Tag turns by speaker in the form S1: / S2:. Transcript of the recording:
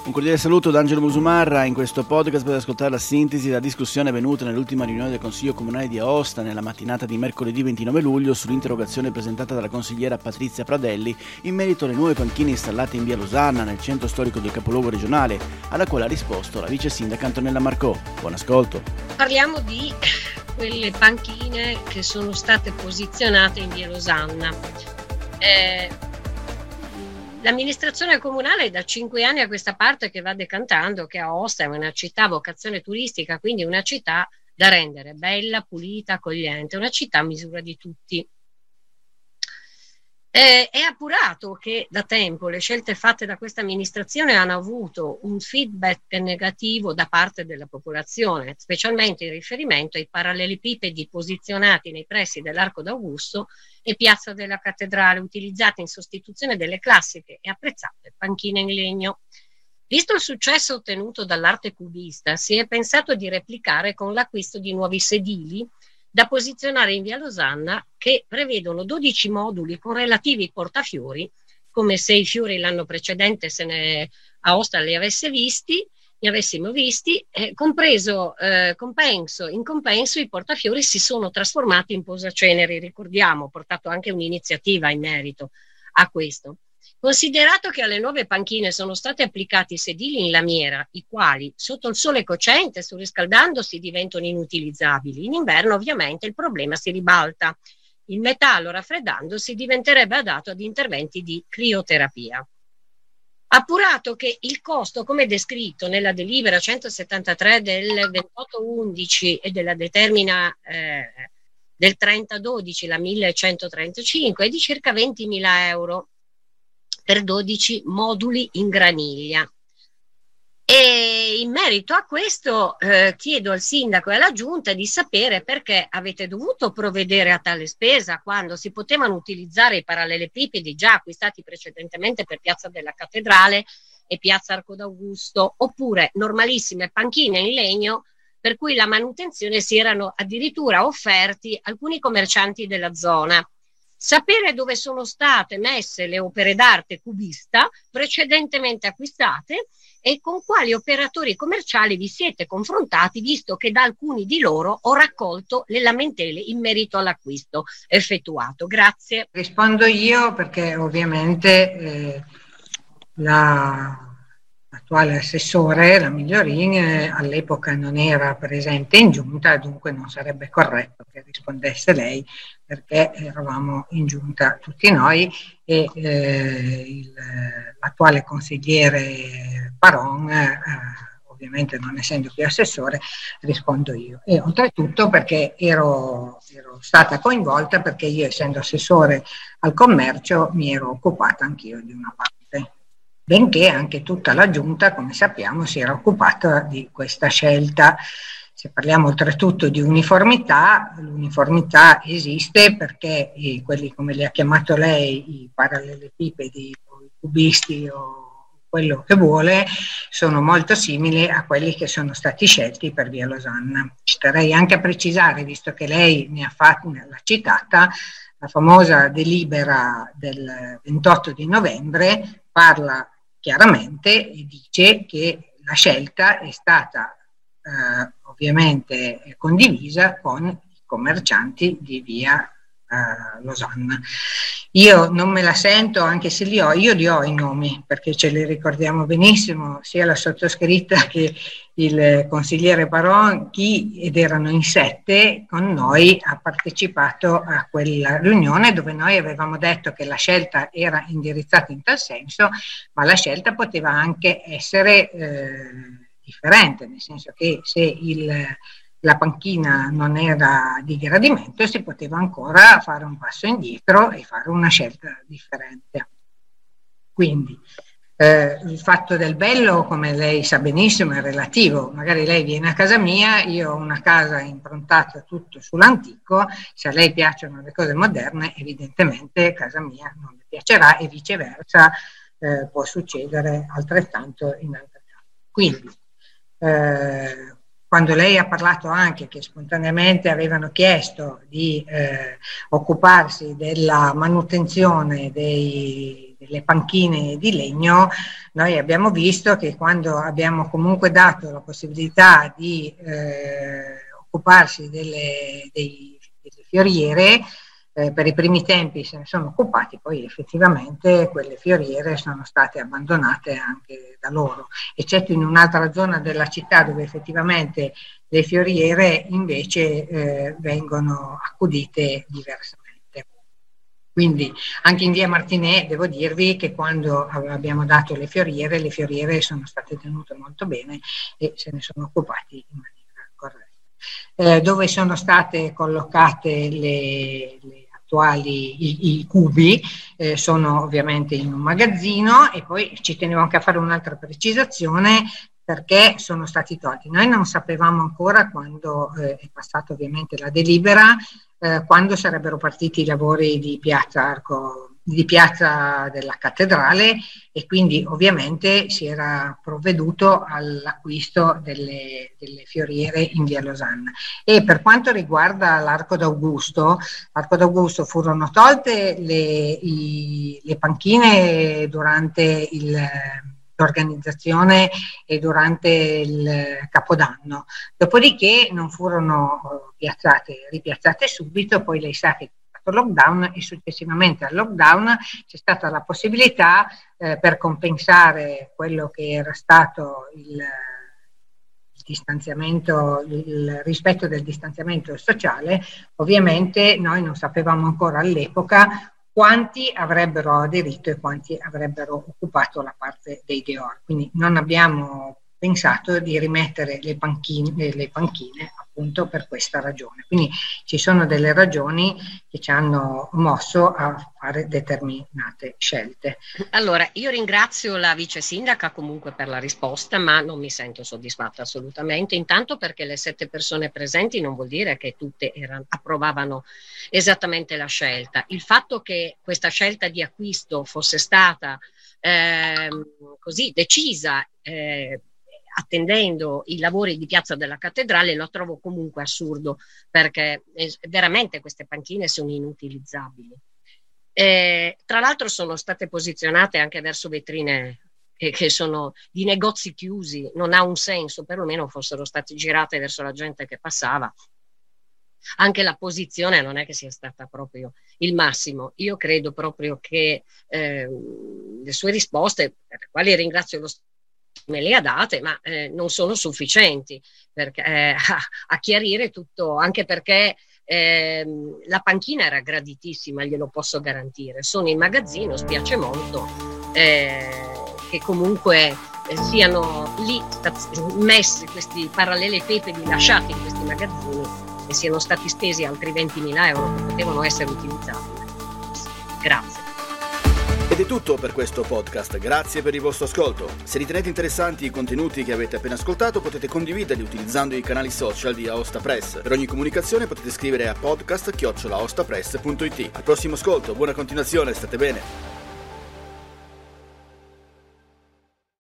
S1: Un cordiale saluto da Angelo Musumarra. In questo podcast potete ascoltare la sintesi della discussione avvenuta nell'ultima riunione del Consiglio Comunale di Aosta nella mattinata di mercoledì 29 luglio sull'interrogazione presentata dalla consigliera Patrizia Pradelli in merito alle nuove panchine installate in via Losanna nel centro storico del capoluogo regionale, alla quale ha risposto la vice sindaca Antonella Marcò. Buon ascolto.
S2: Parliamo di quelle panchine che sono state posizionate in via Losanna. L'amministrazione comunale è da 5 anni a questa parte che va decantando che Aosta è una città a vocazione turistica, quindi una città da rendere bella, pulita, accogliente, una città a misura di tutti. È appurato che da tempo le scelte fatte da questa amministrazione hanno avuto un feedback negativo da parte della popolazione, specialmente in riferimento ai parallelepipedi posizionati nei pressi dell'Arco d'Augusto e Piazza della Cattedrale, utilizzati in sostituzione delle classiche e apprezzate panchine in legno. Visto il successo ottenuto dall'arte cubista, si è pensato di replicare con l'acquisto di nuovi sedili da posizionare in via Losanna, che prevedono 12 moduli con relativi portafiori, come se i fiori l'anno precedente Aosta li avessimo visti, in compenso i portafiori si sono trasformati in posaceneri, ricordiamo, ho portato anche un'iniziativa in merito a questo. Considerato che alle nuove panchine sono stati applicati sedili in lamiera, i quali sotto il sole cocente, surriscaldandosi, diventano inutilizzabili, in inverno ovviamente il problema si ribalta. Il metallo raffreddandosi diventerebbe adatto ad interventi di crioterapia. Appurato che il costo, come descritto nella delibera 173 del 28/11 e della determina del 30/12, la 1135, è di circa 20.000 euro per 12 moduli in graniglia. E in merito a questo chiedo al sindaco e alla giunta di sapere perché avete dovuto provvedere a tale spesa quando si potevano utilizzare i parallelepipedi già acquistati precedentemente per Piazza della Cattedrale e Piazza Arco d'Augusto, oppure normalissime panchine in legno per cui la manutenzione si erano addirittura offerti alcuni commercianti della zona. Sapere dove sono state messe le opere d'arte cubista precedentemente acquistate e con quali operatori commerciali vi siete confrontati, visto che da alcuni di loro ho raccolto le lamentele in merito all'acquisto effettuato. Grazie.
S3: Rispondo io perché ovviamente l'attuale assessore, la Migliorin, all'epoca non era presente in giunta, dunque non sarebbe corretto che rispondesse lei, perché eravamo in giunta tutti noi e l'attuale consigliere Paron, ovviamente non essendo più assessore, rispondo io. E oltretutto perché ero stata coinvolta, perché io, essendo assessore al commercio, mi ero occupata anch'io di una parte, benché anche tutta la giunta, come sappiamo, si era occupata di questa scelta. Se parliamo oltretutto di uniformità, l'uniformità esiste perché quelli, come li ha chiamato lei, i parallelepipedi o i cubisti o quello che vuole, sono molto simili a quelli che sono stati scelti per via Losanna. Ci terrei anche a precisare, visto che lei l'ha citata, la famosa delibera del 28 di novembre parla chiaramente e dice che la scelta è stata ovviamente condivisa con i commercianti di via Losanna. Io non me la sento, anche se io li ho i nomi, perché ce li ricordiamo benissimo, sia la sottoscritta che il consigliere Paron, ed erano in 7 con noi, ha partecipato a quella riunione dove noi avevamo detto che la scelta era indirizzata in tal senso, ma la scelta poteva anche essere differente, nel senso che se la panchina non era di gradimento si poteva ancora fare un passo indietro e fare una scelta differente. Quindi il fatto del bello, come lei sa benissimo, è relativo. Magari lei viene a casa mia, io ho una casa improntata tutto sull'antico, se a lei piacciono le cose moderne evidentemente casa mia non le piacerà e viceversa, può succedere altrettanto in altre case. Quindi quando lei ha parlato anche che spontaneamente avevano chiesto di occuparsi della manutenzione delle delle panchine di legno, noi abbiamo visto che quando abbiamo comunque dato la possibilità di occuparsi delle fioriere, per i primi tempi se ne sono occupati, poi effettivamente quelle fioriere sono state abbandonate anche da loro, eccetto in un'altra zona della città dove effettivamente le fioriere invece vengono accudite diversamente. Quindi anche in via Martinè devo dirvi che quando abbiamo dato le fioriere sono state tenute molto bene e se ne sono occupati in maniera corretta. Dove sono state collocate le attuali i cubi sono ovviamente in un magazzino, e poi ci tenevo anche a fare un'altra precisazione perché sono stati tolti. Noi non sapevamo ancora quando è passata ovviamente la delibera quando sarebbero partiti i lavori di piazza della cattedrale, e quindi ovviamente si era provveduto all'acquisto delle fioriere in via Losanna. E per quanto riguarda l'Arco d'Augusto furono tolte le panchine durante l'organizzazione e durante il Capodanno, dopodiché non furono ripiazzate subito. Poi lei sa che lockdown, e successivamente al lockdown c'è stata la possibilità per compensare quello che era stato il distanziamento, il rispetto del distanziamento sociale. Ovviamente noi non sapevamo ancora all'epoca quanti avrebbero aderito e quanti avrebbero occupato la parte dei Dior, quindi non abbiamo pensato di rimettere le panchine appunto per questa ragione. Quindi ci sono delle ragioni che ci hanno mosso a fare determinate scelte.
S2: Allora, io ringrazio la vice sindaca comunque per la risposta, ma non mi sento soddisfatta assolutamente, intanto perché le 7 persone presenti non vuol dire che tutte approvavano esattamente la scelta. Il fatto che questa scelta di acquisto fosse stata così decisa attendendo i lavori di Piazza della Cattedrale lo trovo comunque assurdo, perché veramente queste panchine sono inutilizzabili. Tra l'altro sono state posizionate anche verso vetrine che sono di negozi chiusi, non ha un senso, perlomeno fossero state girate verso la gente che passava. Anche la posizione non è che sia stata proprio il massimo. Io credo proprio che le sue risposte, per le quali ringrazio lo me le ha date, ma non sono sufficienti a chiarire tutto, anche perché la panchina era graditissima, glielo posso garantire. Sono in magazzino, spiace molto che comunque siano lì messi questi parallelepipedi lasciati in questi magazzini e siano stati spesi altri 20.000 euro che potevano essere utilizzati. Grazie.
S1: Ed è tutto per questo podcast, grazie per il vostro ascolto. Se ritenete interessanti i contenuti che avete appena ascoltato, potete condividerli utilizzando i canali social di Aosta Press. Per ogni comunicazione potete scrivere a podcast@aostapress.it. Al prossimo ascolto, buona continuazione, state bene.